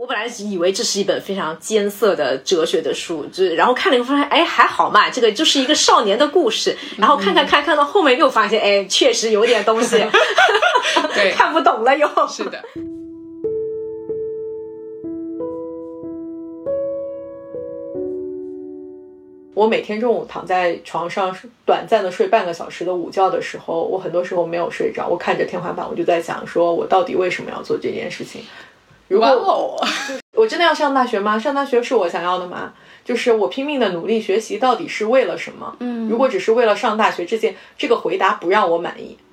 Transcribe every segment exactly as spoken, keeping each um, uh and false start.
我本来以为这是一本非常艰涩的哲学的书，就然后看了以后发现，哎，还好嘛，这个就是一个少年的故事。然后看看看看到后面又发现，哎，确实有点东西，对，看不懂了又。 是的。 我每天中午躺在床上短暂的睡半个小时的午觉的时候，我很多时候没有睡着，我看着天花板，我就在想说我到底为什么要做这件事情。如果、wow. 我真的要上大学吗？上大学是我想要的吗？就是我拼命的努力学习到底是为了什么？嗯，如果只是为了上大学，这件这个回答不让我满意。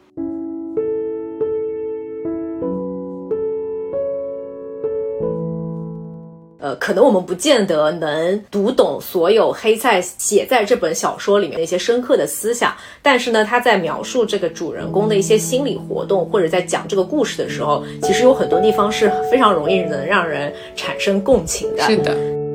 呃，可能我们不见得能读懂所有黑塞写在这本小说里面的一些深刻的思想，但是呢，他在描述这个主人公的一些心理活动，或者在讲这个故事的时候，其实有很多地方是非常容易能让人产生共情的。 是的。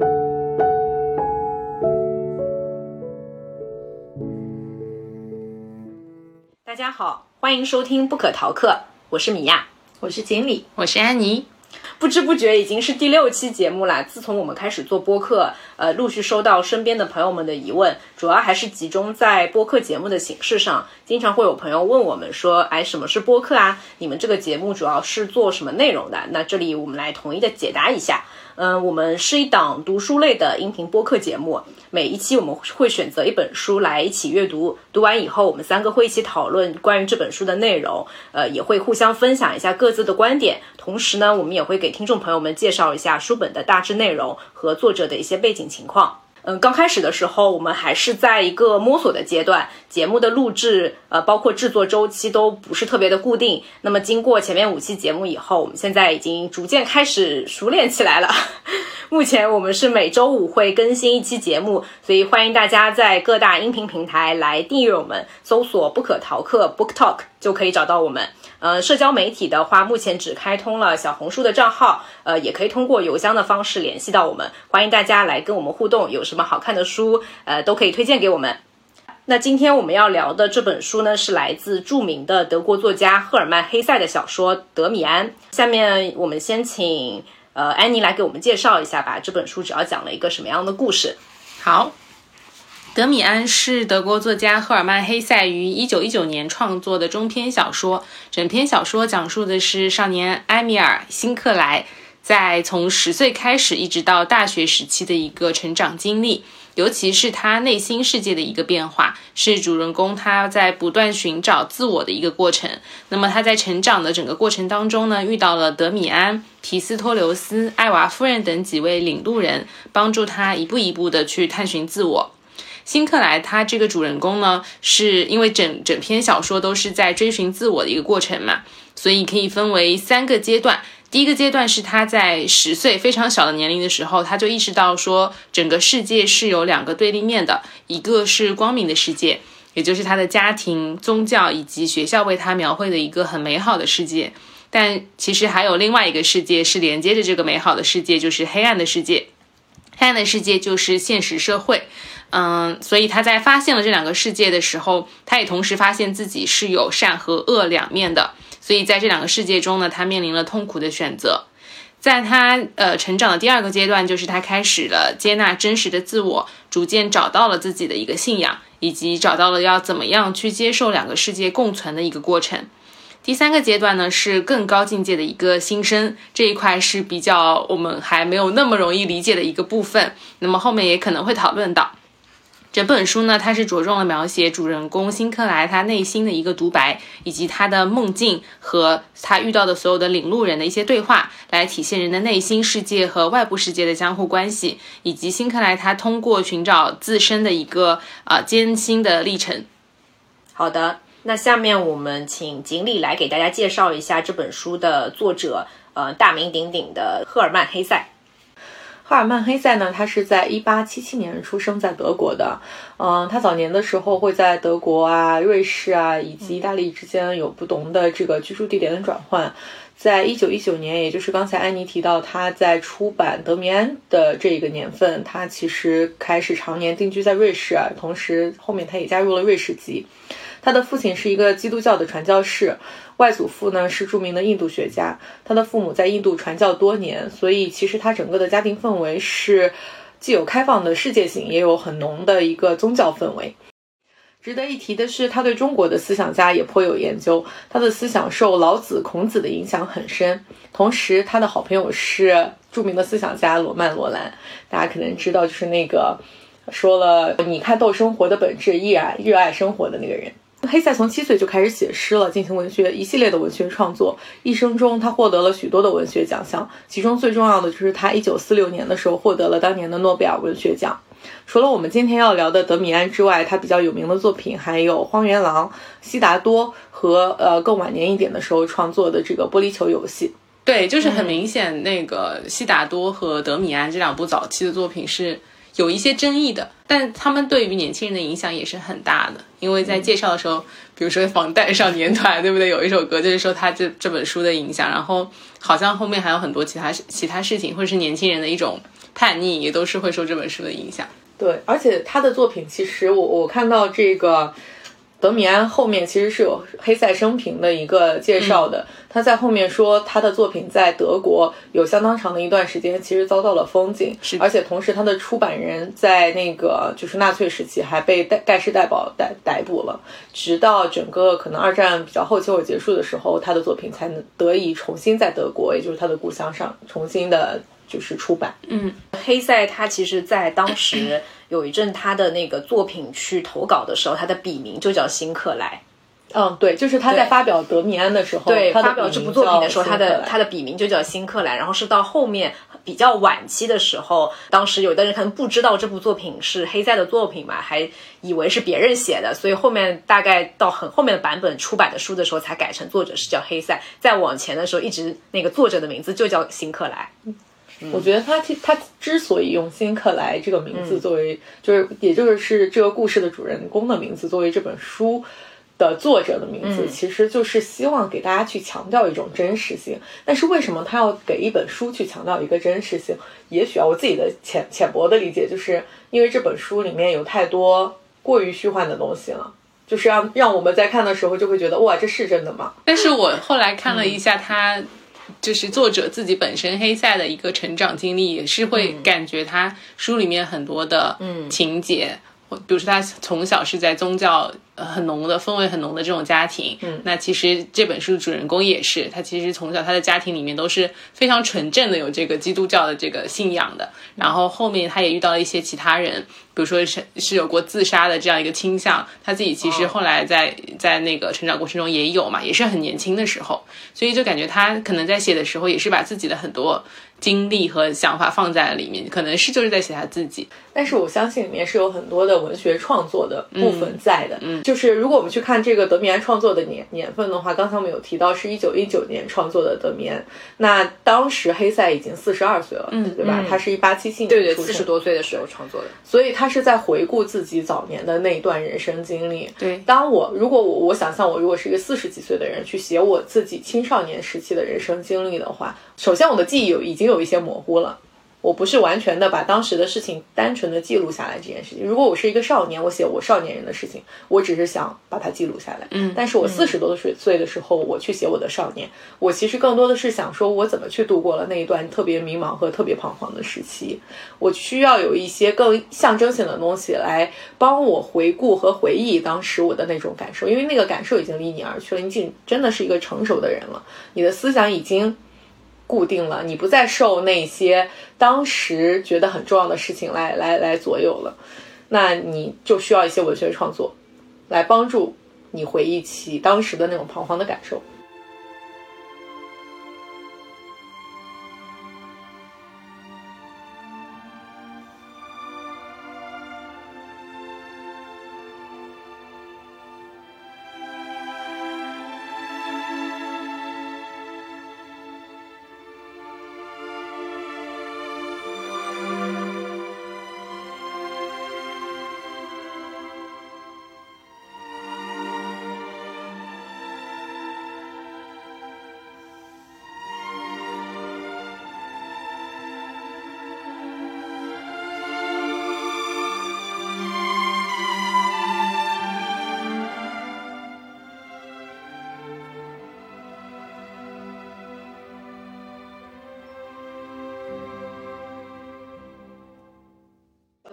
大家好，欢迎收听不可逃课，我是米娅， 我是锦鲤， 我是安妮。 不知不觉已经是第六期节目了。自从我们开始做播客，呃，陆续收到身边的朋友们的疑问，主要还是集中在播客节目的形式上。经常会有朋友问我们说，哎，什么是播客啊？你们这个节目主要是做什么内容的？那这里我们来统一的解答一下。嗯，我们是一档读书类的音频播客节目，每一期我们会选择一本书来一起阅读，读完以后我们三个会一起讨论关于这本书的内容，呃，也会互相分享一下各自的观点，同时呢，我们也会给听众朋友们介绍一下书本的大致内容和作者的一些背景情况。嗯，刚开始的时候我们还是在一个摸索的阶段，节目的录制呃，包括制作周期都不是特别的固定。那么经过前面五期节目以后，我们现在已经逐渐开始熟练起来了。目前我们是每周五会更新一期节目，所以欢迎大家在各大音频平台来订阅我们，搜索不可逃课 Book Talk 就可以找到我们。呃，社交媒体的话，目前只开通了小红书的账号，呃，也可以通过邮箱的方式联系到我们。欢迎大家来跟我们互动，有什么好看的书，呃，都可以推荐给我们。那今天我们要聊的这本书呢，是来自著名的德国作家赫尔曼·黑塞的小说《德米安》。下面我们先请呃安妮来给我们介绍一下吧，这本书主要讲了一个什么样的故事？ 好。德米安是德国作家赫尔曼·黑塞于一九一九年创作的中篇小说。整篇小说讲述的是少年埃米尔·辛克莱在从十岁开始一直到大学时期的一个成长经历，尤其是他内心世界的一个变化，是主人公他在不断寻找自我的一个过程。那么他在成长的整个过程当中呢，遇到了德米安、皮斯托留斯、艾娃夫人等几位领路人，帮助他一步一步的去探寻自我。辛克莱他这个主人公呢，是因为整整篇小说都是在追寻自我的一个过程嘛，所以可以分为三个阶段。第一个阶段是他在十岁非常小的年龄的时候，他就意识到说整个世界是有两个对立面的，一个是光明的世界，也就是他的家庭、宗教以及学校为他描绘的一个很美好的世界，但其实还有另外一个世界是连接着这个美好的世界，就是黑暗的世界。黑暗的世界就是现实社会。嗯，所以他在发现了这两个世界的时候，他也同时发现自己是有善和恶两面的，所以在这两个世界中呢，他面临了痛苦的选择。在他呃成长的第二个阶段，就是他开始了接纳真实的自我，逐渐找到了自己的一个信仰，以及找到了要怎么样去接受两个世界共存的一个过程。第三个阶段呢，是更高境界的一个新生，这一块是比较我们还没有那么容易理解的一个部分，那么后面也可能会讨论到。整本书呢，它是着重了描写主人公辛克莱他内心的一个独白，以及他的梦境和他遇到的所有的领路人的一些对话，来体现人的内心世界和外部世界的相互关系，以及辛克莱他通过寻找自身的一个呃艰辛的历程。 好的，那下面我们请锦鲤来给大家介绍一下这本书的作者，呃，大名鼎鼎的赫尔曼·黑塞。 赫尔曼·黑塞呢，他是在一八七七年出生在德国的。嗯，他早年的时候会在德国啊、瑞士啊以及意大利之间有不同的这个居住地点的转换。在一九一九年，也就是刚才安妮提到他在出版《德米安》的这个年份，他其实开始常年定居在瑞士啊，同时后面他也加入了瑞士籍。他的父亲是一个基督教的传教士， 外祖父呢是著名的印度学家，他的父母在印度传教多年，所以其实他整个的家庭氛围是既有开放的世界性，也有很浓的一个宗教氛围。值得一提的是，他对中国的思想家也颇有研究，他的思想受老子、孔子的影响很深。同时，他的好朋友是著名的思想家罗曼·罗兰，大家可能知道，就是那个说了“你看透生活的本质，依然热爱生活”的那个人。黑塞从七岁就开始写诗了，进行文学一系列的文学创作，一生中他获得了许多的文学奖项，其中最重要的就是他一九四六年的时候获得了当年的诺贝尔文学奖。除了我们今天要聊的德米安之外，他比较有名的作品还有《荒原狼》、悉达多和呃更晚年一点的时候创作的这个《玻璃球游戏》。 对，就是很明显，那个悉达多和德米安这两部早期的作品是有一些争议的，但他们对于年轻人的影响也是很大的。因为在介绍的时候，比如说防弹少年团，对不对？有一首歌就是说他这这本书的影响，然后好像后面还有很多其他其他事情，或者是年轻人的一种叛逆，也都是会受这本书的影响。 对，而且他的作品其实我我看到这个德米安后面其实是有黑塞生平的一个介绍的、嗯、他在后面说他的作品在德国有相当长的一段时间其实遭到了封禁，而且同时他的出版人在那个就是纳粹时期还被盖世太保逮逮捕了，直到整个可能二战比较后期或者结束的时候，他的作品才能得以重新在德国，也就是他的故乡上重新的就是出版。 嗯，黑塞他其实在当时有一阵他的那个作品去投稿的时候，他的笔名就叫辛克莱。 嗯，对，就是他在发表德米安的时候， 对， 他的发表这部作品的时候，他的他的笔名就叫辛克莱。然后是到后面比较晚期的时候，当时有的人可能不知道这部作品是黑塞的作品嘛，还以为是别人写的，所以后面大概到很后面的版本出版的书的时候，才改成作者是叫黑塞。再往前的时候，一直那个作者的名字就叫辛克莱。 嗯、我觉得他他之所以用辛克莱这个名字作为、嗯、就是也就是这个故事的主人公的名字作为这本书的作者的名字、嗯、其实就是希望给大家去强调一种真实性。但是为什么他要给一本书去强调一个真实性？也许啊，我自己的浅浅薄的理解就是因为这本书里面有太多过于虚幻的东西了，就是让让我们在看的时候就会觉得哇，这是真的吗？ 但是我后来看了一下他、嗯就是作者自己本身黑塞的一个成长经历，也是会感觉他书里面很多的情节、嗯、比如说他从小是在宗教很浓的氛围很浓的这种家庭、嗯、那其实这本书的主人公也是，他其实从小他的家庭里面都是非常纯正的有这个基督教的这个信仰的，然后后面他也遇到了一些其他人，比如说是是有过自杀的这样一个倾向，他自己其实后来在、哦、在那个成长过程中也有嘛，也是很年轻的时候，所以就感觉他可能在写的时候也是把自己的很多经历和想法放在了里面，可能是就是在写他自己。 但是我相信里面是有很多的文学创作的部分在的。嗯，就是如果我们去看这个德米安创作的年年份的话，刚才我们有提到是一九一九年创作的德米安，那当时黑塞已经四十二岁了，嗯，对吧？嗯、他是一八七七年出生， 对对，四十多岁的时候创作的， 所以他是在回顾自己早年的那一段人生经历。 对， 当我如果我我想象我如果是一个四十几岁的人去写我自己青少年时期的人生经历的话，首先我的记忆有已经有一些模糊了，我不是完全的把当时的事情单纯的记录下来这件事情。如果我是一个少年，我写我少年人的事情，我只是想把它记录下来。嗯，但是我四十多岁岁的时候，我去写我的少年，我其实更多的是想说我怎么去度过了那一段特别迷茫和特别彷徨的时期。我需要有一些更象征性的东西来帮我回顾和回忆当时我的那种感受，因为那个感受已经离你而去了，你已经真的是一个成熟的人了，你的思想已经固定了，你不再受那些当时觉得很重要的事情来来来左右了，那你就需要一些文学创作来帮助你回忆起当时的那种彷徨的感受。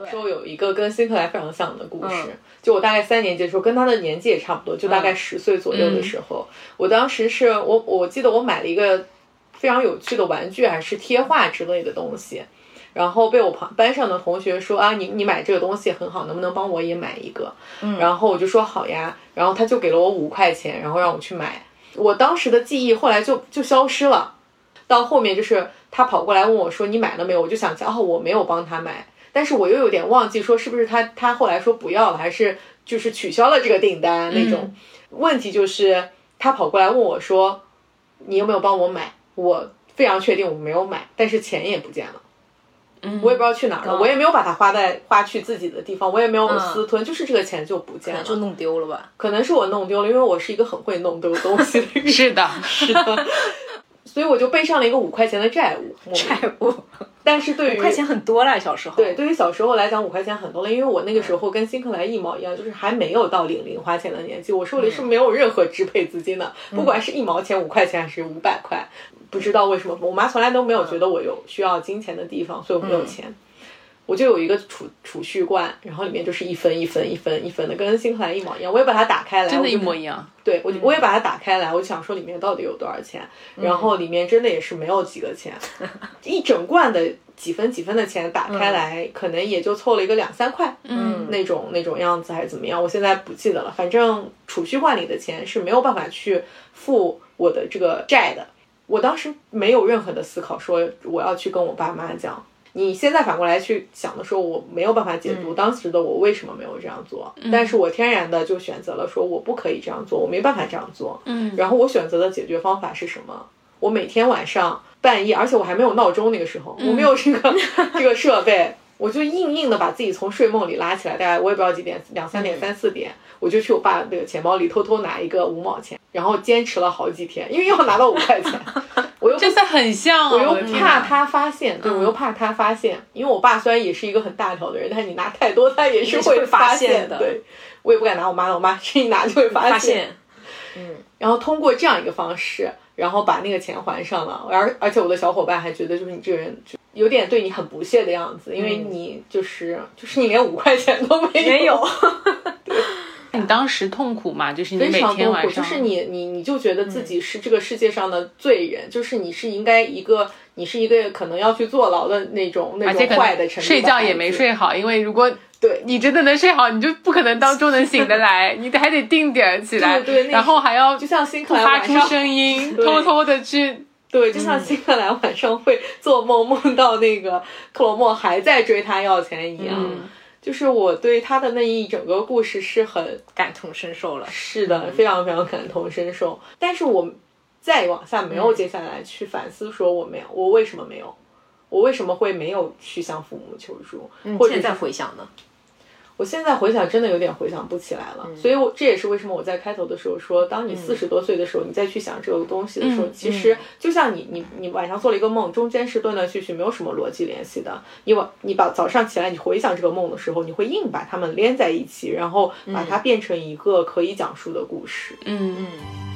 说有一个跟辛克莱非常像的故事、嗯、就我大概三年级的时候，跟他的年纪也差不多，就大概十岁左右的时候、嗯、我当时是我我记得我买了一个非常有趣的玩具还是贴画之类的东西，然后被我旁班上的同学说啊，你你买这个东西很好，能不能帮我也买一个、嗯、然后我就说好呀，然后他就给了我五块钱，然后让我去买。我当时的记忆后来就就消失了，到后面就是他跑过来问我说你买了没有，我就想起哦我没有帮他买，但是我又有点忘记说是不是他他后来说不要了，还是就是取消了这个订单那种、嗯、问题就是他跑过来问我说你有没有帮我买，我非常确定我没有买，但是钱也不见了，嗯，我也不知道去哪儿了、嗯、我也没有把它花在花去自己的地方，我也没有私吞、嗯、就是这个钱就不见了， 就弄丢了吧， 可能是我弄丢了，因为我是一个很会弄丢东西的人是的是的，所以我就背上了一个五块钱的债务债务但是对于五块钱很多了，小时候对对于小时候来讲五块钱很多了，因为我那个时候跟辛克莱一毛一样，就是还没有到领零花钱的年纪，我手里是没有任何支配资金的、嗯、不管是一毛钱五块钱还是五百块，不知道为什么我妈从来都没有觉得我有需要金钱的地方，所以我没有钱、嗯、我就有一个储储蓄罐，然后里面就是一分一分一分一分的，跟辛克莱一毛一样，我也把它打开来， 真的一模一样， 对我我也把它打开来，我就想说里面到底有多少钱、嗯、然后里面真的也是没有几个钱、嗯、一整罐的几分几分的钱打开来、嗯、可能也就凑了一个两三块，嗯，那种那种样子还是怎么样，我现在不记得了，反正储蓄罐里的钱是没有办法去付我的这个债的。我当时没有任何的思考说我要去跟我爸妈讲，你现在反过来去想的时候，我没有办法解读当时的我为什么没有这样做、嗯、但是我天然的就选择了说我不可以这样做，我没办法这样做，嗯，然后我选择的解决方法是什么，我每天晚上半夜，而且我还没有闹钟，那个时候、嗯、我没有这个这个设备，我就硬硬的把自己从睡梦里拉起来，大概我也不知道几点，两三点、三四点，我就去我爸那个钱包里偷偷拿一个五毛钱，然后坚持了好几天，因为要拿到五块钱，我又真的很像、哦， 我又怕他发现，对、嗯、我又怕他发现，因为我爸虽然也是一个很大条的人，但是你拿太多，他也是会发现的。对，我也不敢拿我妈的，我妈这一拿就会发现。 发现嗯，然后通过这样一个方式，然后把那个钱还上了，而而且我的小伙伴还觉得就是你这个人有点对你很不屑的样子，因为你就是、嗯、就是你连五块钱都没有。 没有对， 你当时痛苦嘛？就是你每天晚上， 就是你你你就觉得自己是这个世界上的罪人、嗯、就是你是应该一个你是一个可能要去坐牢的那种那种坏的程度， 睡觉也没睡好，因为如果对你真的能睡好，你就不可能当中能醒得来，你还得定点起来， 对对， 然后还要就像辛克莱发出声音，偷偷的去。 对，就像辛克莱晚上会做梦梦到那个克罗莫还在追他要钱一样、嗯、就是我对他的那一整个故事是很感同身受了， 是的、嗯、非常非常感同身受，但是我再往下没有接下来去反思说我没有、嗯、我为什么没有，我为什么会没有去向父母求助、 嗯、 或者现在回想呢， 我现在回想真的有点回想不起来了、嗯、所以我这也是为什么我在开头的时候说当你四十多岁的时候、嗯、你再去想这个东西的时候、嗯、其实就像你你你晚上做了一个梦，中间是断断续续没有什么逻辑联系的，你晚你把早上起来你回想这个梦的时候，你会硬把它们连在一起，然后把它变成一个可以讲述的故事。 嗯嗯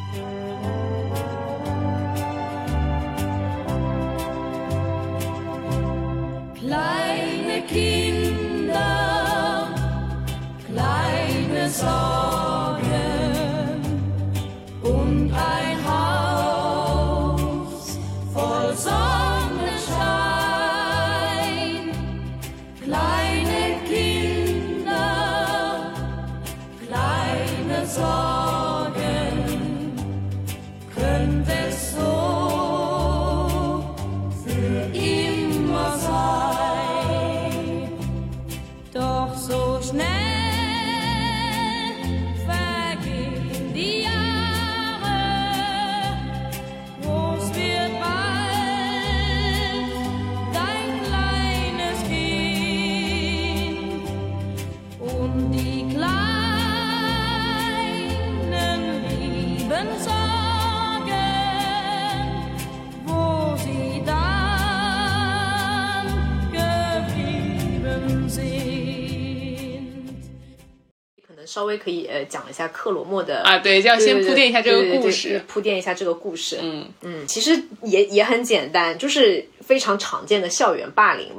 Kleine Kinder, kleine Sorgen und ein Haus voll Sonnenschein. Kleine Kinder, kleine Sorgen, könnte es so für immer sein. Doch so schnell vergehen die Jahre, groß wird bald dein kleines Kind und die kleinen lieben Sorgen, wo sie dann geblieben sind. 稍微可以呃讲一下克罗莫的啊，对，就要先铺垫一下这个故事， 对对对对铺垫一下这个故事。 嗯嗯，其实也也很简单，就是非常常见的校园霸凌嘛。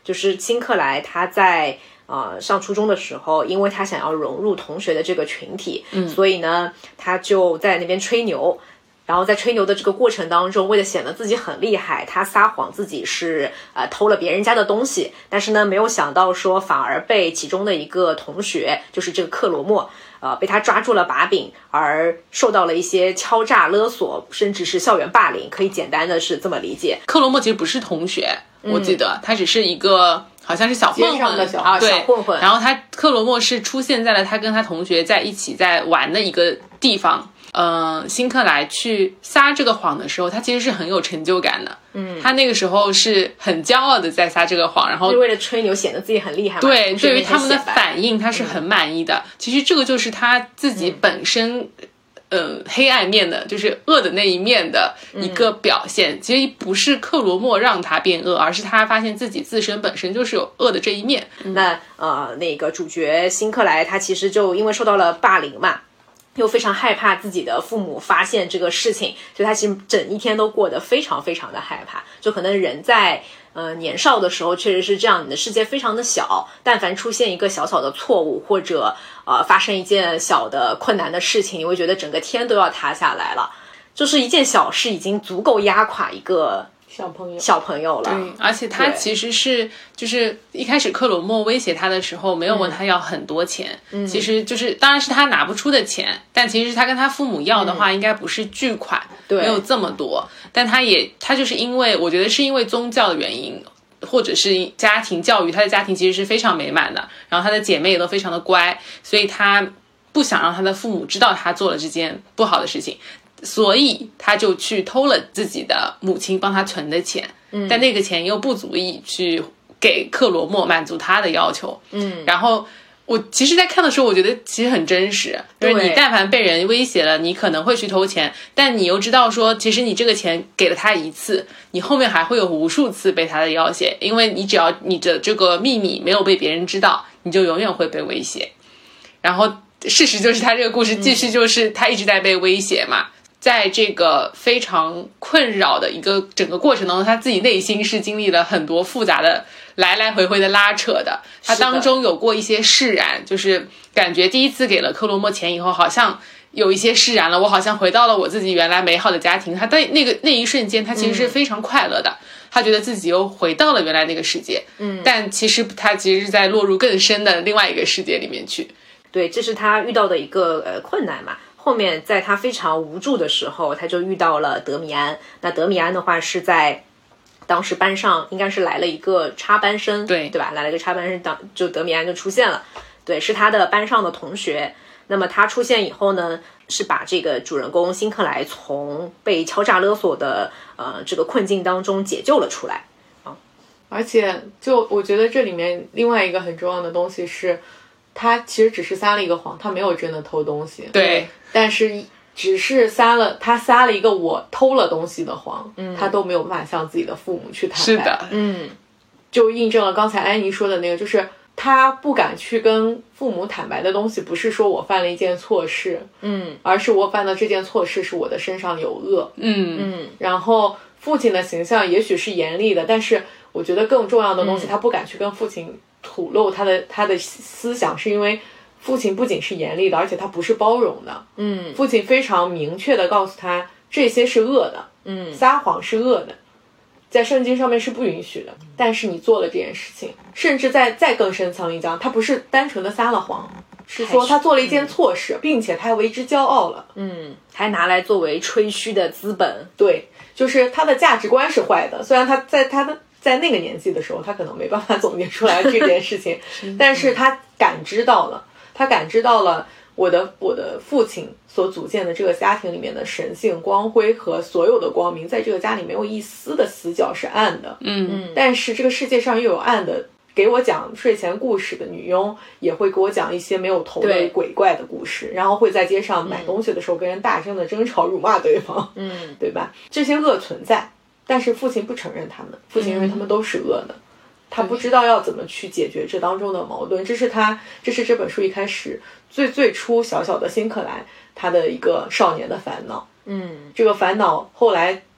就是辛克莱他在呃上初中的时候，因为他想要融入同学的这个群体，嗯，所以呢他就在那边吹牛。然后在吹牛的这个过程当中，为了显得自己很厉害，他撒谎自己是呃偷了别人家的东西，但是呢没有想到说反而被其中的一个同学，就是这个克罗莫，呃被他抓住了把柄，而受到了一些敲诈勒索，甚至是校园霸凌，可以简单的是这么理解。 克罗莫其实不是同学，我记得、嗯、他只是一个好像是小混混的小啊， 对， 小混混。 然后他克罗莫是出现在了他跟他同学在一起在玩的一个地方。呃，辛克莱去撒这个谎的时候，他其实是很有成就感的。嗯，他那个时候是很骄傲的在撒这个谎，然后是为了吹牛显得自己很厉害嘛。 对，对于他们的反应，他是很满意的。嗯、其实这个就是他自己本身，嗯、呃，黑暗面的，就是恶的那一面的一个表现。嗯、其实不是克罗莫让他变恶，而是他发现自己自身本身就是有恶的这一面。 嗯、那呃，那个主角辛克莱他其实就因为受到了霸凌嘛。又非常害怕自己的父母发现这个事情，所以他其实整一天都过得非常非常的害怕。就可能人在呃年少的时候确实是这样，你的世界非常的小，但凡出现一个小小的错误，或者呃发生一件小的困难的事情，你会觉得整个天都要塌下来了。就是一件小事已经足够压垮一个小朋友小朋友了。 对，而且他其实是就是一开始克罗莫威胁他的时候没有问他要很多钱、嗯、其实就是当然是他拿不出的钱，但其实他跟他父母要的话应该不是巨款、嗯、对，没有这么多，但他也他就是因为我觉得是因为宗教的原因或者是家庭教育，他的家庭其实是非常美满的，然后他的姐妹也都非常的乖，所以他不想让他的父母知道他做了这件不好的事情，所以他就去偷了自己的母亲帮他存的钱，嗯，但那个钱又不足以去给克罗莫满足他的要求，嗯，然后我其实在看的时候我觉得其实很真实，就是你但凡被人威胁了，你可能会去偷钱，但你又知道说其实你这个钱给了他一次，你后面还会有无数次被他的要挟，因为你只要你的这个秘密没有被别人知道，你就永远会被威胁。然后事实就是他这个故事继续就是他一直在被威胁嘛，在这个非常困扰的一个整个过程当中，他自己内心是经历了很多复杂的来来回回的拉扯的。他当中有过一些释然，就是感觉第一次给了克罗莫钱以后，好像有一些释然了，我好像回到了我自己原来美好的家庭。他在那个那一瞬间，他其实是非常快乐的、嗯，他觉得自己又回到了原来那个世界。嗯，但其实他其实是在落入更深的另外一个世界里面去。 对，这是他遇到的一个呃困难嘛。后面在他非常无助的时候，他就遇到了德米安。那德米安的话是在当时班上应该是来了一个插班生， 对对吧？来了一个插班生，当就德米安就出现了。对，是他的班上的同学。那么他出现以后呢，是把这个主人公辛克莱从被敲诈勒索的呃这个困境当中解救了出来啊。 而且就我觉得这里面另外一个很重要的东西是，他其实只是撒了一个谎，他没有真的偷东西。 对， 但是只是撒了他撒了一个我偷了东西的谎，嗯，他都没有办法向自己的父母去坦白。 是的， 嗯， 就印证了刚才安妮说的那个，就是他不敢去跟父母坦白的东西，不是说我犯了一件错事，嗯，而是我犯的这件错事是我的身上有恶， 嗯嗯。然后父亲的形象也许是严厉的，但是我觉得更重要的东西，嗯、他不敢去跟父亲吐露他的他的思想，是因为父亲不仅是严厉的，而且他不是包容的。嗯，父亲非常明确的告诉他，这些是恶的，嗯，撒谎是恶的，在圣经上面是不允许的。但是你做了这件事情，甚至在再更深层一讲，他不是单纯的撒了谎，是说他做了一件错事，嗯、并且他还为之骄傲了。 嗯，还拿来作为吹嘘的资本。 对，就是他的价值观是坏的，虽然他在他的。在那个年纪的时候，他可能没办法总结出来这件事情，但是他感知到了，他感知到了我的我的父亲所组建的这个家庭里面的神性光辉和所有的光明，在这个家里没有一丝的死角是暗的，嗯，但是这个世界上又有暗的。给我讲睡前故事的女佣也会给我讲一些没有头的鬼怪的故事，然后会在街上买东西的时候跟人大声的争吵辱骂对方，嗯，对吧？这些恶存在。但是父亲不承认他们，父亲认为他们都是恶的，嗯、他不知道要怎么去解决这当中的矛盾。这是他，这是这本书一开始最最初小小的辛克莱他的一个少年的烦恼。嗯，这个烦恼后来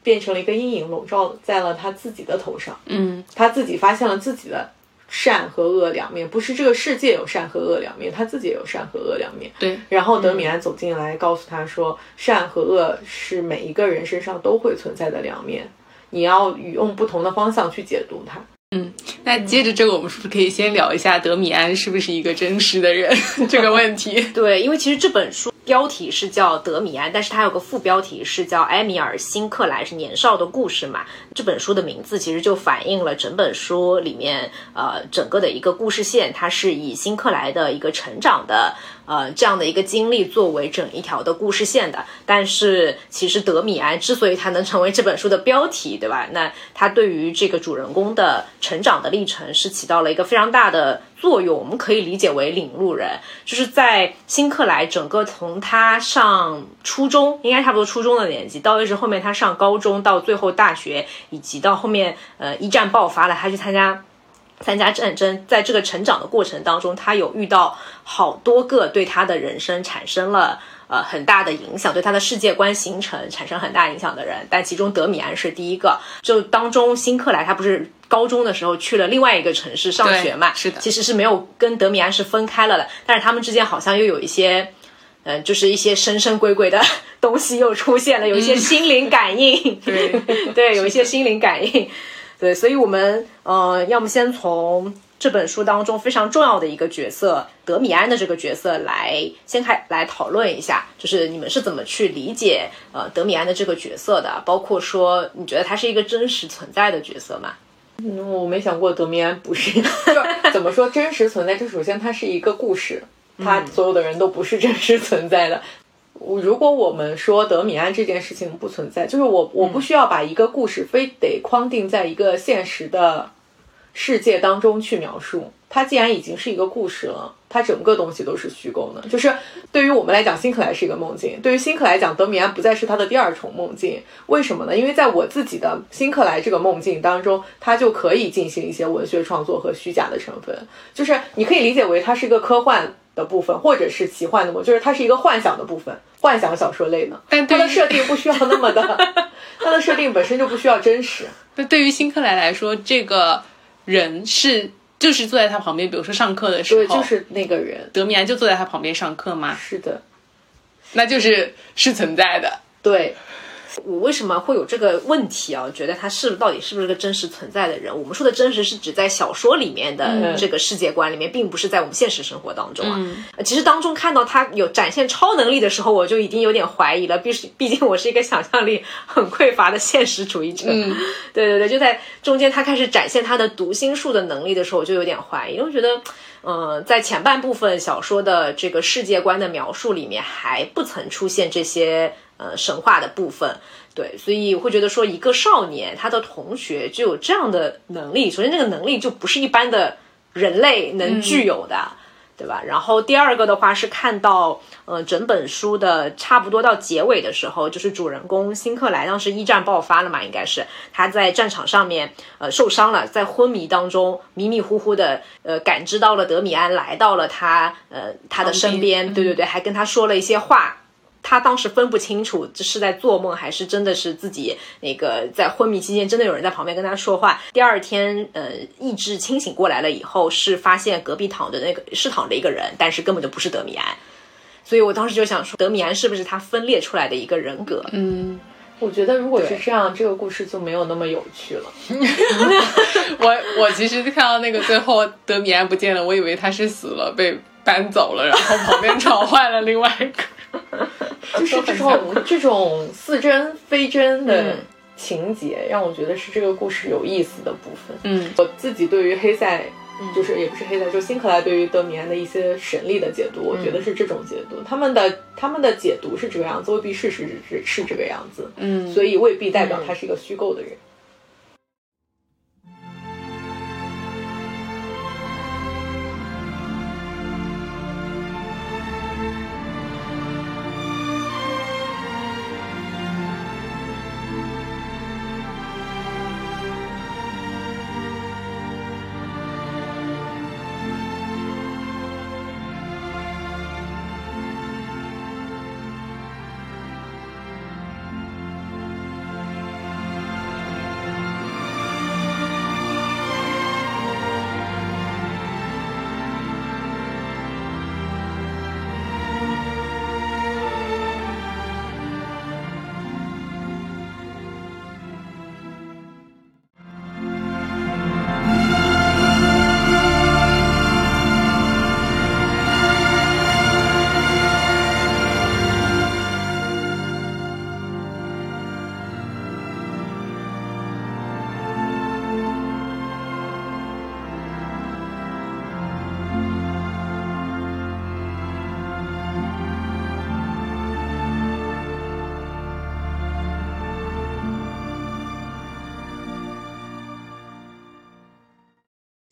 变成了一个阴影，笼罩在了他自己的头上。 嗯， 他自己发现了自己的善和恶两面，不是这个世界有善和恶两面，他自己也有善和恶两面。 对。 然后德米安走进来，告诉他说，善和恶是每一个人身上都会存在的两面，你要用不同的方向去解读它。 嗯，那接着这个，我们是不是可以先聊一下德米安是不是一个真实的人这个问题？ 对，因为其实这本书标题是叫德米安，但是它有个副标题是叫埃米尔·辛克莱是年少的故事嘛。这本书的名字其实就反映了整本书里面呃整个的一个故事线，它是以辛克莱的一个成长的呃这样的一个经历作为整一条的故事线的。但是其实德米安之所以他能成为这本书的标题，对吧？那他对于这个主人公的成长的历程是起到了一个非常大的作用，我们可以理解为领路人，就是在辛克莱整个从他上初中，应该差不多初中的年纪，到一直后面他上高中，到最后大学，以及到后面呃一战爆发了，他去参加参加战争，在这个成长的过程当中，他有遇到好多个对他的人生产生了呃很大的影响，对他的世界观形成产生很大影响的人，但其中德米安是第一个。就当中辛克莱他不是高中的时候去了另外一个城市上学嘛， 是的， 其实是没有跟德米安是分开了的，但是他们之间好像又有一些呃，就是一些神神鬼鬼的东西又出现了，有一些心灵感应， 对对，有一些心灵感应。对，所以我们呃，要么先从这本书当中非常重要的一个角色德米安的这个角色来先开来讨论一下，就是你们是怎么去理解呃德米安的这个角色的，包括说你觉得他是一个真实存在的角色吗？ 嗯，我没想过德米安不是，就怎么说真实存在？这首先它是一个故事，他所有的人都不是真实存在的。如果我们说德米安这件事情不存在，就是我我不需要把一个故事非得框定在一个现实的世界当中去描述，它既然已经是一个故事了，它整个东西都是虚构的。就是对于我们来讲，辛克莱是一个梦境，对于辛克莱讲，德米安不再是他的第二重梦境。为什么呢？因为在我自己的辛克莱这个梦境当中，他就可以进行一些文学创作和虚假的成分，就是你可以理解为它是一个科幻的部分，或者是奇幻的部分，就是它是一个幻想的部分，幻想小说类的。 但它的设定不需要那么的，它的设定本身就不需要真实。 那对于辛克莱来说，这个人是就是坐在他旁边，比如说上课的时候， 对，就是那个人， 德米安就坐在他旁边上课吗？ 是的， 那就是是存在的。 对。 我为什么会有这个问题啊？觉得他是到底是不是个真实存在的人？我们说的真实是指在小说里面的这个世界观里面，嗯、并不是在我们现实生活当中啊。嗯、其实当中看到他有展现超能力的时候，我就已经有点怀疑了。毕毕竟我是一个想象力很匮乏的现实主义者。嗯，对对对，就在中间他开始展现他的读心术的能力的时候，我就有点怀疑，因为我觉得。呃，在前半部分小说的这个世界观的描述里面，还不曾出现这些呃神话的部分，对，所以会觉得说一个少年他的同学就有这样的能力，首先这个能力就不是一般的人类能具有的。嗯对吧？然后第二个的话是看到，呃，整本书的差不多到结尾的时候，就是主人公辛克莱当时一战爆发了嘛，应该是他在战场上面呃受伤了，在昏迷当中迷迷糊糊的呃感知到了德米安来到了他呃他的身边，对对对，还跟他说了一些话。他当时分不清楚这是在做梦还是真的是自己那个在昏迷期间真的有人在旁边跟他说话。第二天呃意志清醒过来了以后，是发现隔壁躺着那个是躺着一个人，但是根本就不是德米安。所以我当时就想说德米安是不是他分裂出来的一个人格。 嗯， 我觉得如果是这样，这个故事就没有那么有趣了。 我我其实看到那个最后德米安不见了，我以为他是死了被搬走了，然后旁边召唤了另外一个。 就是这种这种似真非真的情节，嗯、让我觉得是这个故事有意思的部分。 嗯， 我自己对于黑塞，就是也不是黑塞，就辛克莱对于德米安的一些神力的解读，我觉得是这种解读。他们的他们的解读是这个样子，未必事实是是这个样子。 嗯， 所以未必代表他是一个虚构的人。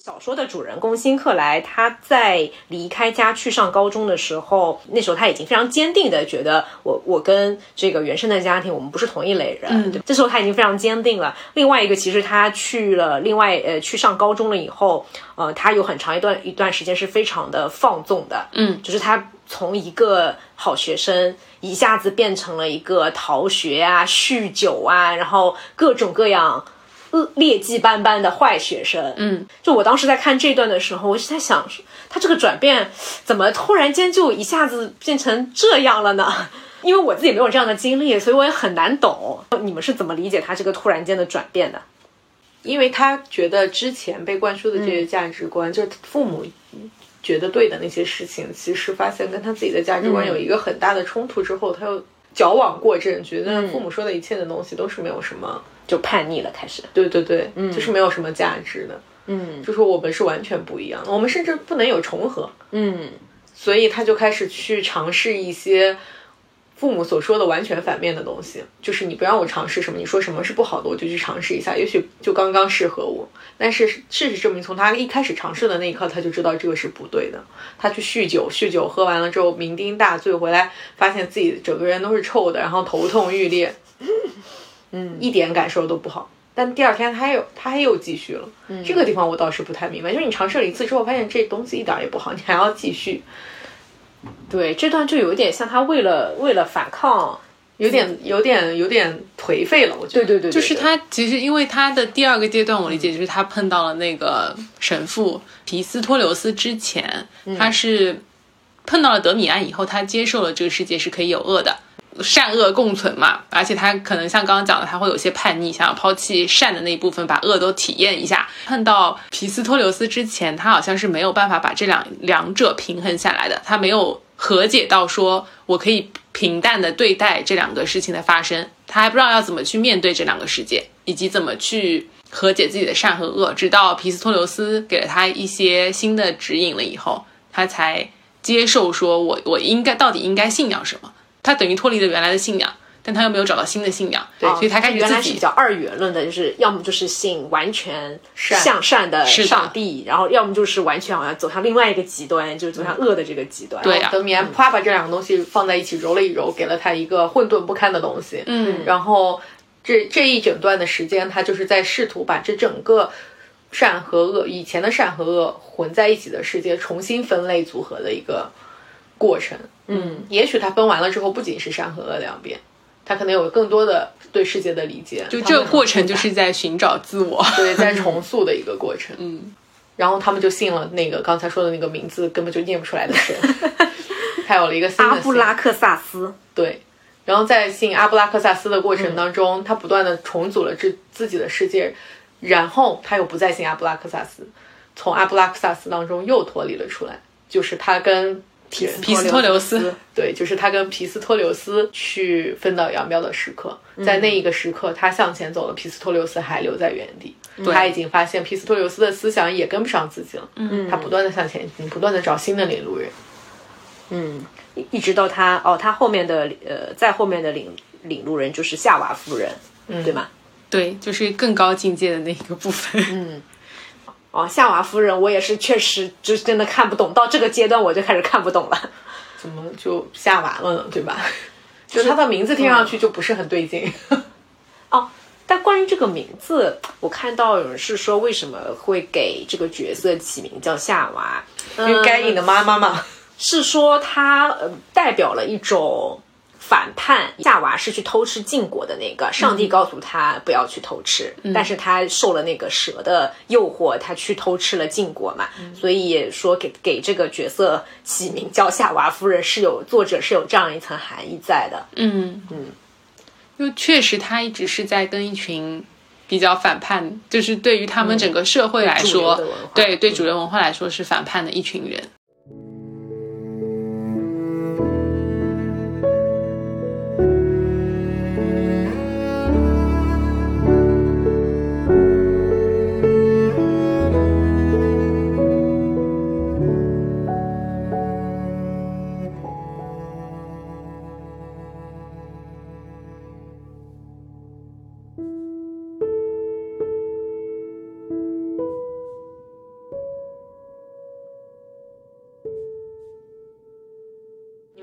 小说的主人公辛克莱，他在离开家去上高中的时候，那时候他已经非常坚定的觉得我我跟这个原生的家庭我们不是同一类人，嗯，对，这时候他已经非常坚定了。另外一个，其实他去了另外呃去上高中了以后，呃，他有很长一段一段时间是非常的放纵的， 嗯， 就是他从一个好学生一下子变成了一个逃学啊、酗酒啊，然后各种各样劣迹斑斑的坏学生。 嗯， 就我当时在看这段的时候，我是在想，他这个转变怎么突然间就一下子变成这样了呢？因为我自己没有这样的经历，所以我也很难懂。你们是怎么理解他这个突然间的转变的？ 因为他觉得之前被灌输的这些价值观，嗯、就是父母觉得对的那些事情，其实发现跟他自己的价值观有一个很大的冲突之后，嗯、他又矫枉过正，觉得父母说的一切的东西都是没有什么。 就叛逆了，开始。 对对对，嗯，就是没有什么价值的， 嗯， 就说我们是完全不一样的，我们甚至不能有重合， 嗯， 所以他就开始去尝试一些父母所说的完全反面的东西，就是你不让我尝试什么，你说什么是不好的，我就去尝试一下，也许就刚刚适合我。但是事实证明，从他一开始尝试的那一刻，他就知道这个是不对的。他去酗酒，酗酒喝完了之后酩酊大醉，回来发现自己整个人都是臭的，然后头痛欲裂。嗯，一点感受都不好，但第二天他还有他还又继续了、嗯、这个地方我倒是不太明白，就是你尝试了一次之后发现这东西一点也不好，你还要继续。 对，这段就有点像他为了为了反抗， 有点有点有点颓废了，我觉得。 对对 对, 对, 对， 就是他其实因为他的第二个阶段，我理解就是他碰到了那个神父皮斯托留斯之前，嗯、他是碰到了德米安以后，他接受了这个世界是可以有恶的。善恶共存嘛，而且他可能像刚刚讲的，他会有些叛逆，想要抛弃善的那一部分，把恶都体验一下。碰到皮斯托留斯之前，他好像是没有办法把这两两者平衡下来的，他没有和解到说我可以平淡的对待这两个事情的发生，他还不知道要怎么去面对这两个世界，以及怎么去和解自己的善和恶。直到皮斯托留斯给了他一些新的指引了以后，他才接受说我我应该到底应该信仰什么。他等于脱离了原来的信仰，但他又没有找到新的信仰，对，所以他开始自己原来是比较二元论的，就是要么就是信完全向善的上帝，然后要么就是完全好像走向另外一个极端，就是走向恶的这个极端。 对啊，德米安啪把这两个东西放在一起揉了一揉，给了他一个混沌不堪的东西。 嗯， 然后这这一整段的时间，他就是在试图把这整个善和恶，以前的善和恶混在一起的世界重新分类组合的一个过程。嗯，也许他分完了之后不仅是善和恶两边，他可能有更多的对世界的理解。 就这个过程就是在寻找自我， 对，在重塑的一个过程。 嗯， 然后他们就信了那个刚才说的那个名字根本就念不出来的神，还有了一个新的阿布拉克萨斯。 对，然后在信阿布拉克萨斯的过程当中，嗯、他不断的重组了自自己的世界，然后他又不再信阿布拉克萨斯，从阿布拉克萨斯当中又脱离了出来，就是他跟皮斯托留斯， 对，就是他跟皮斯托留斯去分道扬镳的时刻，在那一个时刻，他向前走了，皮斯托留斯还留在原地。他已经发现皮斯托留斯的思想也跟不上自己了，嗯，他不断的向前进，不断的找新的领路人， 嗯，一直到他哦，他后面的呃，在后面的领领路人就是夏娃夫人，嗯，对吗？ 对，就是更高境界的那个部分， 嗯。哦，夏娃夫人，我也是确实就是真的看不懂，到这个阶段我就开始看不懂了， 怎么就夏娃了呢？对吧？就他的名字听上去就不是很对劲。 嗯、哦，但关于这个名字，我看到有人是说为什么会给这个角色起名叫夏娃， 因为该隐的妈妈嘛， 是说它呃代表了一种。反叛，夏娃是去偷吃禁果的那个，上帝告诉他不要去偷吃，嗯、但是他受了那个蛇的诱惑，他去偷吃了禁果嘛，嗯、所以说给给这个角色起名叫夏娃夫人，是有作者是有这样一层含义在的。 嗯嗯，因为确实他一直是在跟一群比较反叛，就是对于他们整个社会来说， 嗯、 对对主流文化来说是反叛的一群人。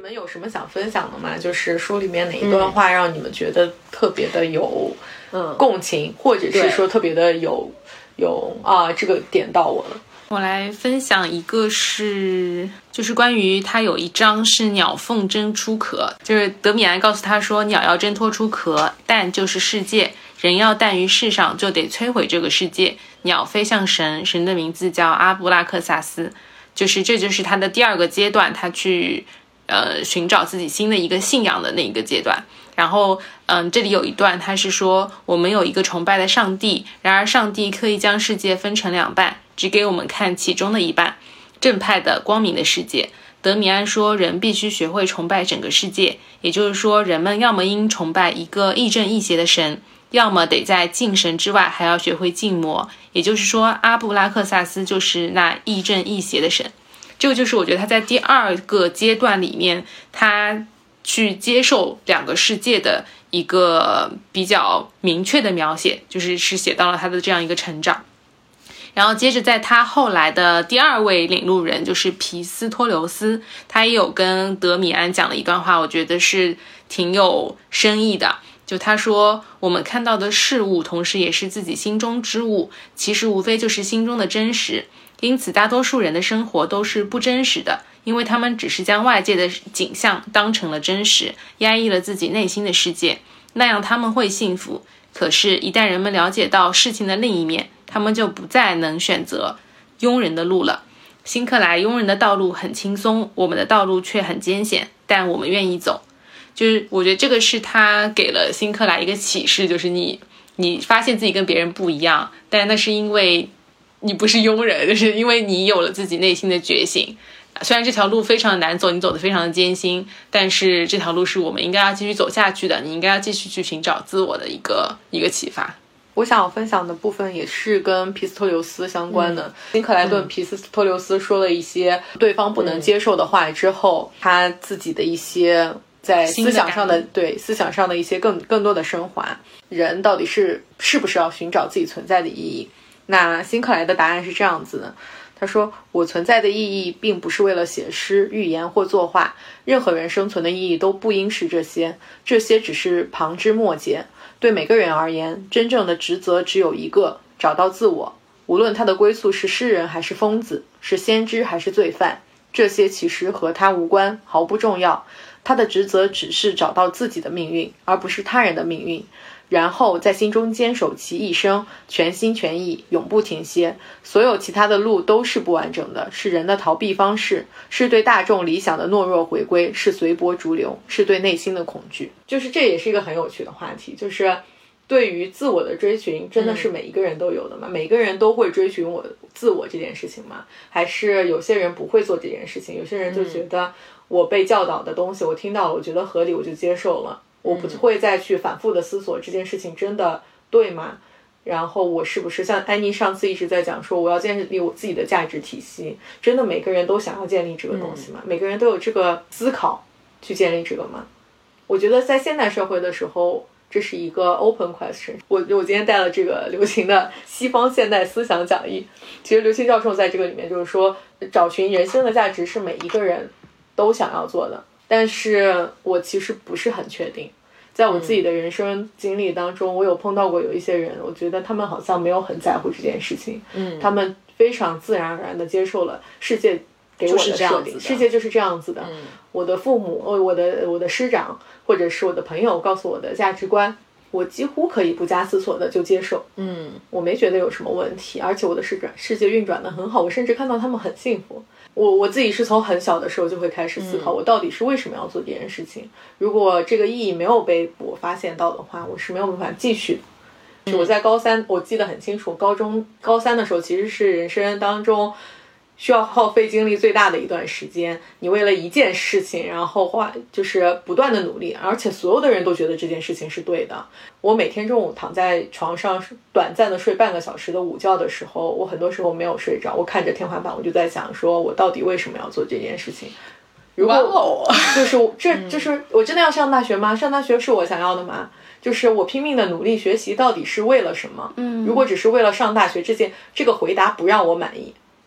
们有什么想分享的吗？就是书里面哪一段话让你们觉得特别的有共情，嗯、或者是说特别的有有啊，这个点到我了。 我来分享一个是，就是关于他有一章是鸟凤挣出壳，就是德米安告诉他说，鸟要挣脱出壳，蛋就是世界，人要诞于世上，就得摧毁这个世界。鸟飞向神，神的名字叫阿布拉克萨斯，就是这就是他的第二个阶段，他去呃寻找自己新的一个信仰的那一个阶段。然后嗯，这里有一段他是说，我们有一个崇拜的上帝，然而上帝刻意将世界分成两半，只给我们看其中的一半，正派的光明的世界。德米安说，人必须学会崇拜整个世界，也就是说，人们要么应崇拜一个亦正亦邪的神，要么得在敬神之外还要学会敬魔，也就是说，阿布拉克萨斯就是那亦正亦邪的神。这个就是我觉得他在第二个阶段里面，他去接受两个世界的一个比较明确的描写，就是是写到了他的这样一个成长。然后接着在他后来的第二位领路人就是皮斯托留斯，他也有跟德米安讲了一段话，我觉得是挺有深意的。就他说，我们看到的事物同时也是自己心中之物，其实无非就是心中的真实，因此大多数人的生活都是不真实的，因为他们只是将外界的景象当成了真实，压抑了自己内心的世界，那样他们会幸福。可是一旦人们了解到事情的另一面，他们就不再能选择庸人的路了。辛克莱庸人的道路很轻松，我们的道路却很艰险，但我们愿意走。就是我觉得这个是他给了辛克莱一个启示，就是你你发现自己跟别人不一样，但那是因为你不是庸人，就是因为你有了自己内心的觉醒。虽然这条路非常难走，你走得非常的艰辛，但是这条路是我们应该要继续走下去的，你应该要继续去寻找自我的一个一个启发。 我想分享的部分也是跟皮斯托留斯相关的。辛克莱顿皮斯托留斯说了一些对方不能接受的话之后，他自己的一些在思想上的对思想上的一些更更多的升华。人到底是是不是要寻找自己存在的意义？那辛克莱的答案是这样子的，他说，我存在的意义并不是为了写诗、预言或作画，任何人生存的意义都不应是这些，这些只是旁枝末节。对每个人而言，真正的职责只有一个，找到自我。无论他的归宿是诗人还是疯子，是先知还是罪犯，这些其实和他无关，毫不重要。他的职责只是找到自己的命运，而不是他人的命运，然后在心中坚守其一生，全心全意，永不停歇。所有其他的路都是不完整的，是人的逃避方式，是对大众理想的懦弱回归，是随波逐流，是对内心的恐惧。就是这也是一个很有趣的话题，就是对于自我的追寻真的是每一个人都有的吗？嗯、每个人都会追寻我自我这件事情吗？还是有些人不会做这件事情？有些人就觉得我被教导的东西我听到了，我觉得合理，我就接受了，我不会再去反复的思索这件事情真的对吗？然后我是不是像安妮上次一直在讲说我要建立我自己的价值体系，真的每个人都想要建立这个东西吗？嗯、每个人都有这个思考去建立这个吗？我觉得在现代社会的时候，这是一个 open question。 我我今天带了这个刘擎的西方现代思想讲义，其实刘擎教授在这个里面就是说，找寻人生的价值是每一个人都想要做的，但是我其实不是很确定。在我自己的人生经历当中，我有碰到过有一些人，我觉得他们好像没有很在乎这件事情，嗯，他们非常自然而然的接受了世界给我的设定，世界就是这样子的。嗯、我的父母、我的我的师长或者是我的朋友告诉我的价值观，我几乎可以不加思索的就接受。嗯，我没觉得有什么问题，而且我的世转世界运转的很好，我甚至看到他们很幸福。我我自己是从很小的时候就会开始思考，我到底是为什么要做这件事情。如果这个意义没有被我发现到的话，我是没有办法继续的。我在高三，我记得很清楚，高中高三的时候其实是人生当中需要耗费精力最大的一段时间，你为了一件事情然后花就是不断的努力，而且所有的人都觉得这件事情是对的。我每天中午躺在床上短暂的睡半个小时的午觉的时候，我很多时候没有睡着，我看着天花板，我就在想说我到底为什么要做这件事情。如果就是这就是我真的要上大学吗？上大学是我想要的吗？就是我拼命的努力学习到底是为了什么？嗯，如果只是为了上大学，这件这个回答不让我满意，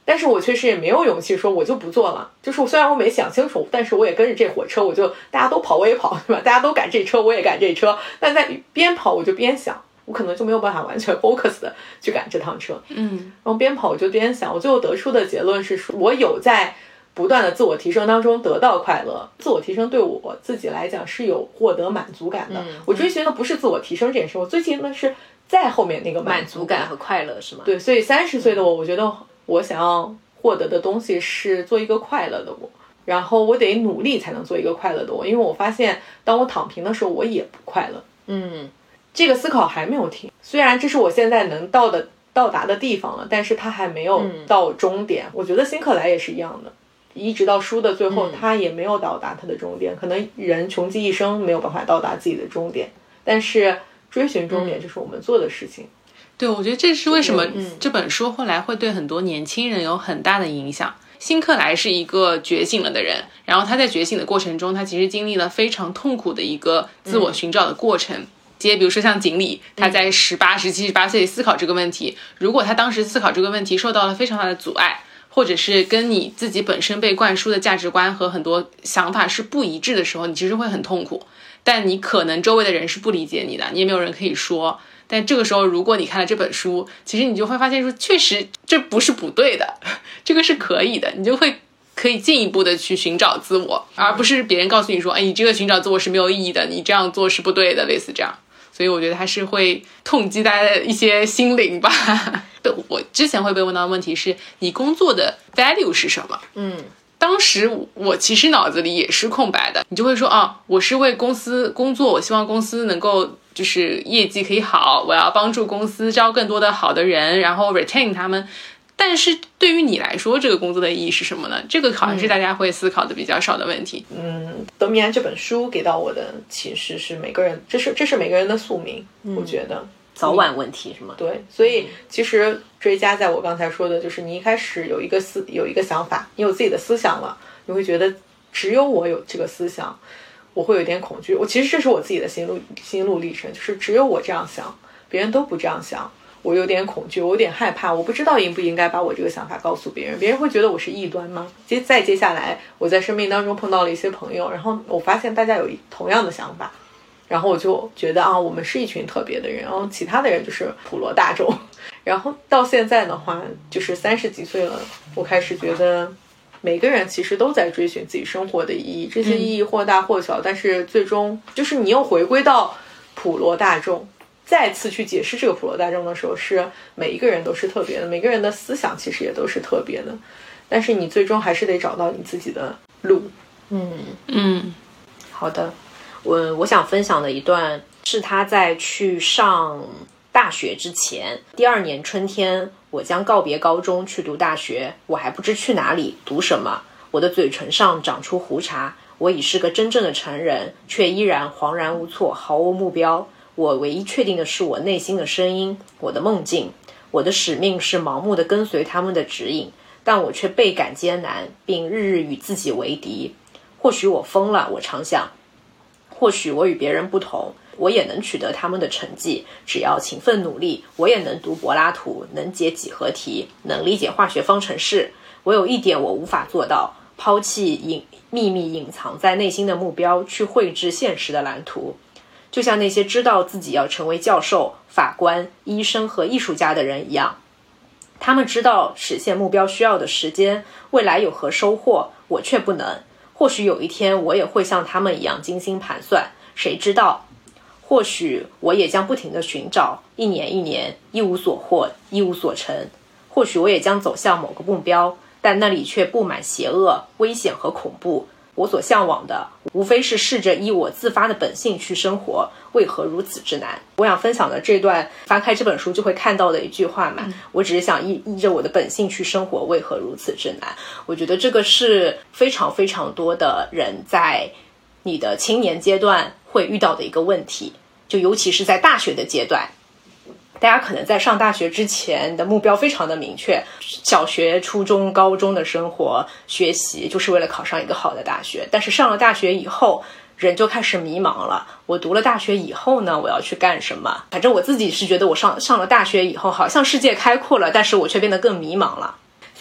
但是我确实也没有勇气说我就不做了。就是虽然我没想清楚，但是我也跟着这火车，我就大家都跑我也跑，对吧？大家都赶这车我也赶这车，但在边跑我就边想，我可能就没有办法完全 focus 的去赶这趟车。 嗯， 然后边跑我就边想，我最后得出的结论是说，我有在不断的自我提升当中得到快乐。自我提升对我自己来讲是有获得满足感的。 嗯、 我追寻的不是自我提升这件事，我追寻的是在后面那个满足感足感和快乐，是吗？ 对，所以三十岁的我，我觉得我想要获得的东西是做一个快乐的我，然后我得努力才能做一个快乐的我，因为我发现当我躺平的时候，我也不快乐。 嗯， 这个思考还没有停，虽然这是我现在能到的到达的地方了，但是它还没有到终点。嗯、我觉得辛克莱也是一样的，一直到书的最后，他也没有到达他的终点。嗯、可能人穷极一生没有办法到达自己的终点，但是追寻终点就是我们做的事情。 嗯、对，我觉得这是为什么这本书后来会对很多年轻人有很大的影响。辛克莱是一个觉醒了的人，然后他在觉醒的过程中，他其实经历了非常痛苦的一个自我寻找的过程。嗯比如说像锦鲤，他在十八、十七、十八岁思考这个问题，如果他当时思考这个问题受到了非常大的阻碍，或者是跟你自己本身被灌输的价值观和很多想法是不一致的时候，你其实会很痛苦。但你可能周围的人是不理解你的，你也没有人可以说。但这个时候，如果你看了这本书，其实你就会发现说，确实这不是不对的，这个是可以的，你就会可以进一步的去寻找自我，而不是别人告诉你说，哎，你这个寻找自我是没有意义的，你这样做是不对的，类似这样。所以我觉得他是会痛击大家的一些心灵吧。我之前会被问到的问题是，你工作的 value 是什么？ 嗯， 当时我其实脑子里也是空白的，你就会说啊，我是为公司工作，我希望公司能够就是业绩可以好，我要帮助公司招更多的好的人，然后 retain 他们。但是对于你来说，这个工作的意义是什么呢？这个好像是大家会思考的比较少的问题。 嗯，德米安这本书给到我的启示是，每个人这是这是每个人的宿命。嗯、我觉得早晚问题是吗？ 对，所以其实追加在我刚才说的，就是你一开始有一个思有一个想法，你有自己的思想了，你会觉得只有我有这个思想，我会有点恐惧。我其实这是我自己的心路心路历程，就是只有我这样想，别人都不这样想。我有点恐惧，我有点害怕，我不知道应不应该把我这个想法告诉别人，别人会觉得我是异端吗？接再接下来，我在生命当中碰到了一些朋友，然后我发现大家有同样的想法，然后我就觉得啊，我们是一群特别的人，然后其他的人就是普罗大众。然后到现在的话，就是三十几岁了，我开始觉得每个人其实都在追寻自己生活的意义，这些意义或大或小，嗯、但是最终就是你又回归到普罗大众。再次去解释这个普罗大众的时候，是每一个人都是特别的，每个人的思想其实也都是特别的，但是你最终还是得找到你自己的路。 嗯嗯， 好的，我我想分享的一段是他在去上大学之前，第二年春天，我将告别高中去读大学，我还不知去哪里读什么，我的嘴唇上长出胡茬，我已是个真正的成人，却依然恍然无措，毫无目标。我唯一确定的是我内心的声音，我的梦境，我的使命是盲目的跟随他们的指引，但我却倍感艰难，并日日与自己为敌。或许我疯了，我常想，或许我与别人不同，我也能取得他们的成绩，只要勤奋努力，我也能读柏拉图，能解几何题，能理解化学方程式。我有一点我无法做到，抛弃隐秘密隐藏在内心的目标，去绘制现实的蓝图。就像那些知道自己要成为教授、法官、医生和艺术家的人一样，他们知道实现目标需要的时间，未来有何收获，我却不能。或许有一天我也会像他们一样精心盘算，谁知道？或许我也将不停地寻找，一年一年，一无所获，一无所成。或许我也将走向某个目标，但那里却布满邪恶、危险和恐怖。我所向往的无非是试着依我自发的本性去生活，为何如此之难？我想分享的这段翻开这本书就会看到的一句话嘛，嗯、我只是想依依着我的本性去生活，为何如此之难？我觉得这个是非常非常多的人在你的青年阶段会遇到的一个问题，就尤其是在大学的阶段。大家可能在上大学之前的目标非常的明确，小学、初中、高中的生活学习就是为了考上一个好的大学，但是上了大学以后人就开始迷茫了，我读了大学以后呢，我要去干什么？反正我自己是觉得我上上了大学以后好像世界开阔了，但是我却变得更迷茫了。所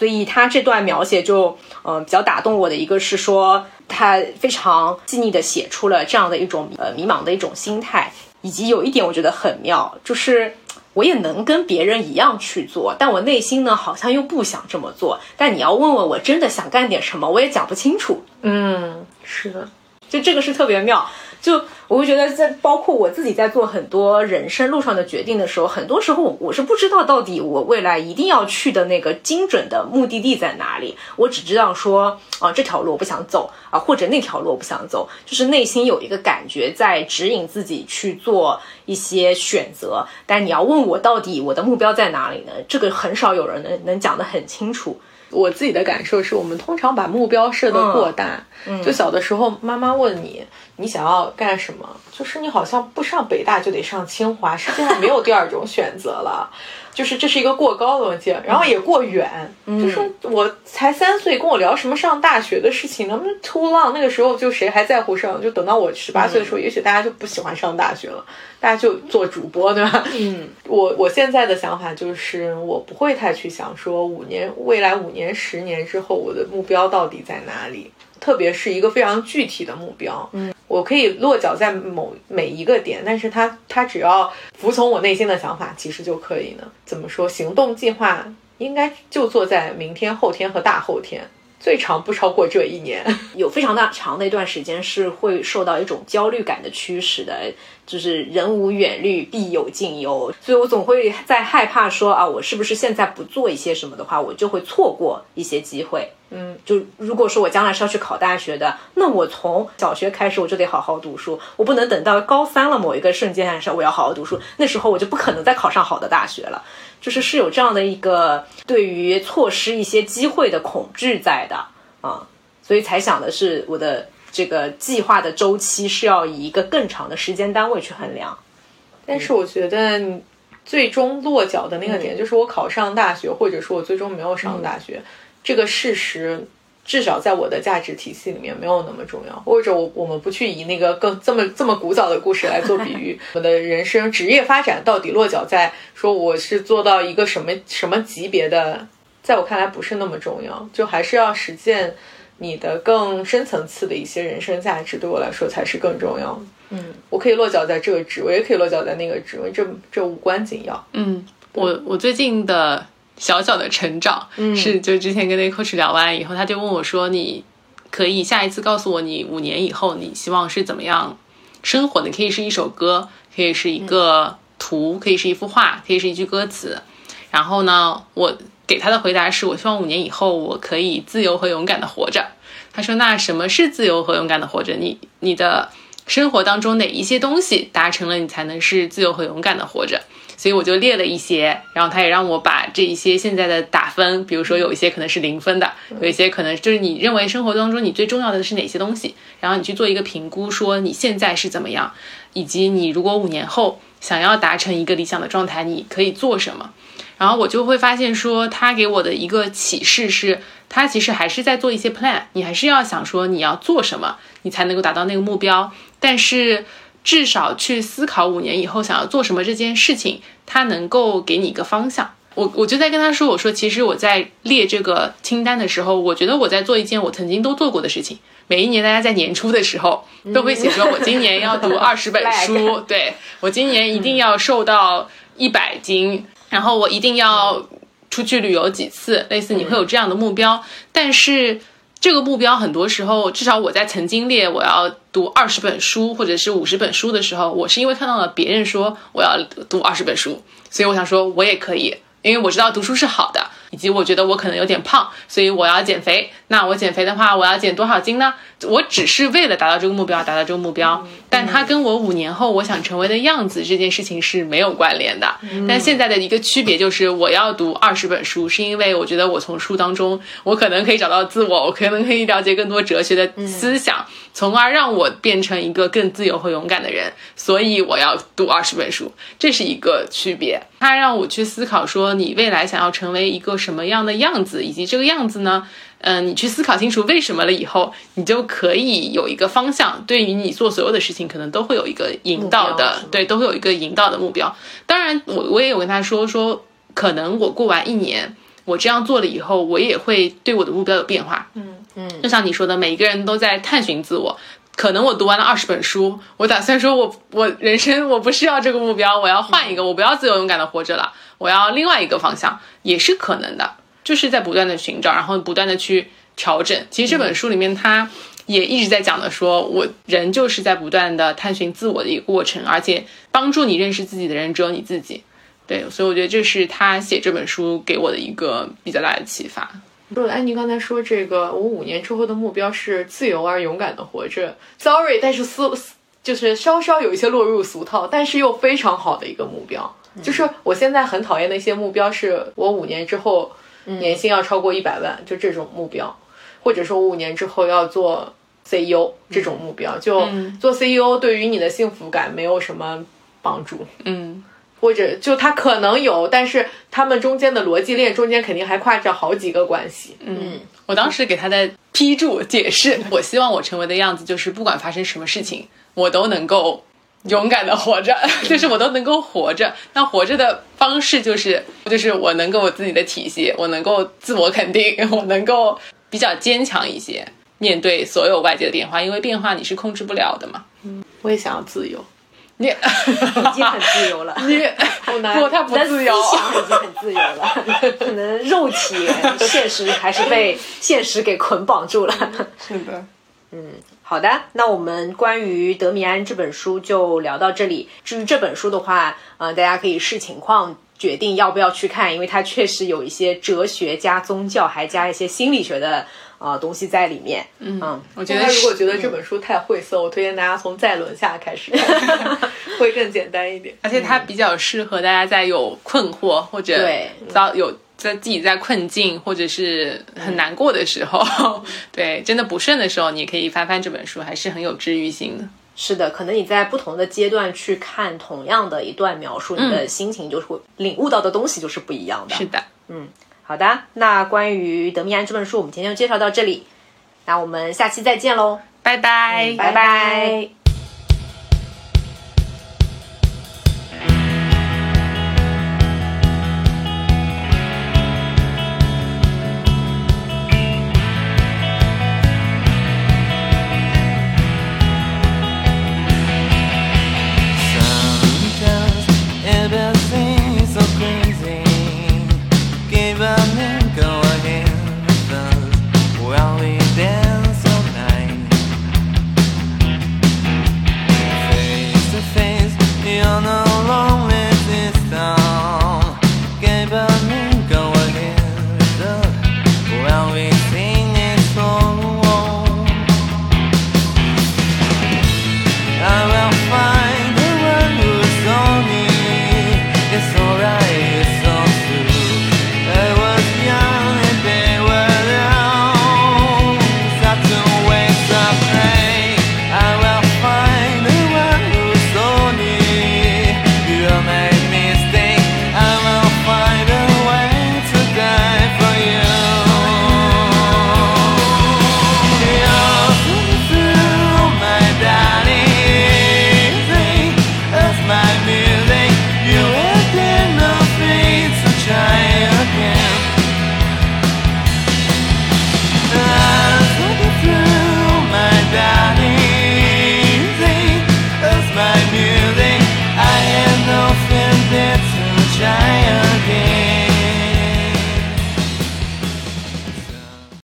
所以他这段描写就嗯、呃、比较打动我的一个是说，他非常细腻的写出了这样的一种呃迷茫的一种心态，以及有一点我觉得很妙，就是我也能跟别人一样去做，但我内心呢好像又不想这么做，但你要问问我真的想干点什么，我也讲不清楚。 嗯，是的， 就这个是特别妙。就我会觉得在包括我自己在做很多人生路上的决定的时候，很多时候我是不知道到底我未来一定要去的那个精准的目的地在哪里，我只知道说啊这条路我不想走啊，或者那条路我不想走，就是内心有一个感觉在指引自己去做一些选择。但你要问我到底我的目标在哪里呢？这个很少有人能能讲得很清楚。 我自己的感受是我们通常把目标设得过大、 嗯、 就小的时候妈妈问你你想要干什么，就是你好像不上北大就得上清华，世界上没有第二种选择了，就是这是一个过高的问题，然后也过远、嗯、就是我才三岁跟我聊什么上大学的事情，能不能 too long， 那个时候就谁还在乎上，就等到我十八岁的时候、嗯、也许大家就不喜欢上大学了，大家就做主播，对吧？ 嗯， 我我现在的想法就是我不会太去想说五年未来五年十年之后我的目标到底在哪里，特别是一个非常具体的目标。嗯，我可以落脚在某每一个点，但是它它只要服从我内心的想法，其实就可以呢。怎么说？行动计划应该就做在明天、后天和大后天。最长不超过这一年。 有非常大长的一段时间是会受到一种焦虑感的驱使的，就是人无远虑必有近忧，所以我总会在害怕说啊，我是不是现在不做一些什么的话，我就会错过一些机会。嗯，就如果说我将来是要去考大学的，那我从小学开始我就得好好读书，我不能等到高三了某一个瞬间上我要好好读书，那时候我就不可能再考上好的大学了。就是是有这样的一个对于错失一些机会的恐惧在的啊，所以才想的是我的这个计划的周期是要以一个更长的时间单位去衡量。 但是我觉得你最终落脚的那个点，就是我考上大学，或者说我最终没有上大学，嗯、这个事实至少在我的价值体系里面没有那么重要，或者我我们不去以那个更这么这么古早的故事来做比喻，我的人生职业发展到底落脚在说我是做到一个什么什么级别的，在我看来不是那么重要，就还是要实践你的更深层次的一些人生价值，对我来说才是更重要的。嗯，我可以落脚在这个职位，也可以落脚在那个职位，这这无关紧要。 嗯，我我最近的小小的成长、嗯、是就之前跟那个 coach 聊完以后，他就问我说，你可以下一次告诉我你五年以后你希望是怎么样生活的，可以是一首歌，可以是一个图、嗯、可以是一幅画，可以是一句歌词。然后呢，我给他的回答是，我希望五年以后我可以自由和勇敢的活着。他说，那什么是自由和勇敢的活着？你你的生活当中哪一些东西达成了，你才能是自由和勇敢的活着？所以我就列了一些，然后他也让我把这一些现在的打分，比如说有一些可能是零分的，有一些可能就是你认为生活当中你最重要的是哪些东西，然后你去做一个评估，说你现在是怎么样，以及你如果五年后想要达成一个理想的状态，你可以做什么。然后我就会发现说，他给我的一个启示是，他其实还是在做一些 plan， 你还是要想说你要做什么，你才能够达到那个目标，但是至少去思考五年以后想要做什么这件事情，它能够给你一个方向。我我就在跟他说，我说其实我在列这个清单的时候，我觉得我在做一件我曾经都做过的事情。每一年大家在年初的时候都会写说，我今年要读二十本书，对，我今年一定要瘦到一百斤，然后我一定要出去旅游几次，类似你会有这样的目标。但是这个目标很多时候，至少我在曾经列我要读二十本书或者是五十本书的时候，我是因为看到了别人说我要读二十本书，所以我想说我也可以，因为我知道读书是好的，以及我觉得我可能有点胖，所以我要减肥。那我减肥的话，我要减多少斤呢？我只是为了达到这个目标达到这个目标，但它跟我五年后我想成为的样子这件事情是没有关联的。但现在的一个区别就是我要读二十本书，是因为我觉得我从书当中我可能可以找到自我，我可能可以了解更多哲学的思想，从而让我变成一个更自由和勇敢的人，所以我要读二十本书，这是一个区别。它让我去思考说，你未来想要成为一个什么样的样子，以及这个样子呢嗯、呃，你去思考清楚为什么了以后，你就可以有一个方向，对于你做所有的事情可能都会有一个引导的，对，都会有一个引导的目标。当然我我也有跟他说说，可能我过完一年我这样做了以后，我也会对我的目标有变化。 嗯嗯，就像你说的，每一个人都在探寻自我。可能我读完了二十本书，我打算说我我人生我不是要这个目标，我要换一个，我不要自由勇敢的活着了，我要另外一个方向，也是可能的，就是在不断的寻找，然后不断的去调整。其实这本书里面它也一直在讲的说，我人就是在不断的探寻自我的一个过程，而且帮助你认识自己的人只有你自己。对，所以我觉得这是他写这本书给我的一个比较大的启发。 不是，安妮刚才说这个，我五年之后的目标是自由而勇敢的活着。Sorry， 但是思就是稍稍有一些落入俗套，但是又非常好的一个目标。嗯、就是我现在很讨厌的一些目标，是我五年之后年薪要超过一百万、嗯，就这种目标，或者说我五年之后要做 C E O 这种目标，就做 C E O 对于你的幸福感没有什么帮助。 嗯。 或者就它可能有，但是他们中间的逻辑链中间肯定还跨着好几个关系。 嗯，我当时给他的批注解释，我希望我成为的样子就是不管发生什么事情，我都能够勇敢的活着，就是我都能够活着。那活着的方式就是就是我能够我自己的体系，我能够自我肯定，我能够比较坚强一些，面对所有外界的变化，因为变化你是控制不了的嘛。 嗯，我也想要自由。 你已经很自由了， 你好难， 不，他不自由， 思想已经很自由了，可能肉体现实还是被现实给捆绑住了。 是的， 嗯，好的，那我们关于德米安这本书就聊到这里。至于这本书的话，呃，大家可以视情况决定要不要去看，因为它确实有一些哲学加宗教，还加一些心理学的。呃，东西在里面。 嗯， 嗯我觉得如果觉得这本书太晦涩，嗯、我推荐大家从再轮下开始看，会更简单一点。 而且它比较适合大家在有困惑或者遭有在自己在困境或者是很难过的时候，嗯、对，真的不顺的时候，你可以翻翻这本书，还是很有治愈性的。 是的，可能你在不同的阶段去看同样的一段描述，嗯、你的心情就是会领悟到的东西就是不一样的。 是的， 嗯。好的，那关于德米安这本书，我们今天就介绍到这里，那我们下期再见喽， 拜拜， 嗯、拜拜。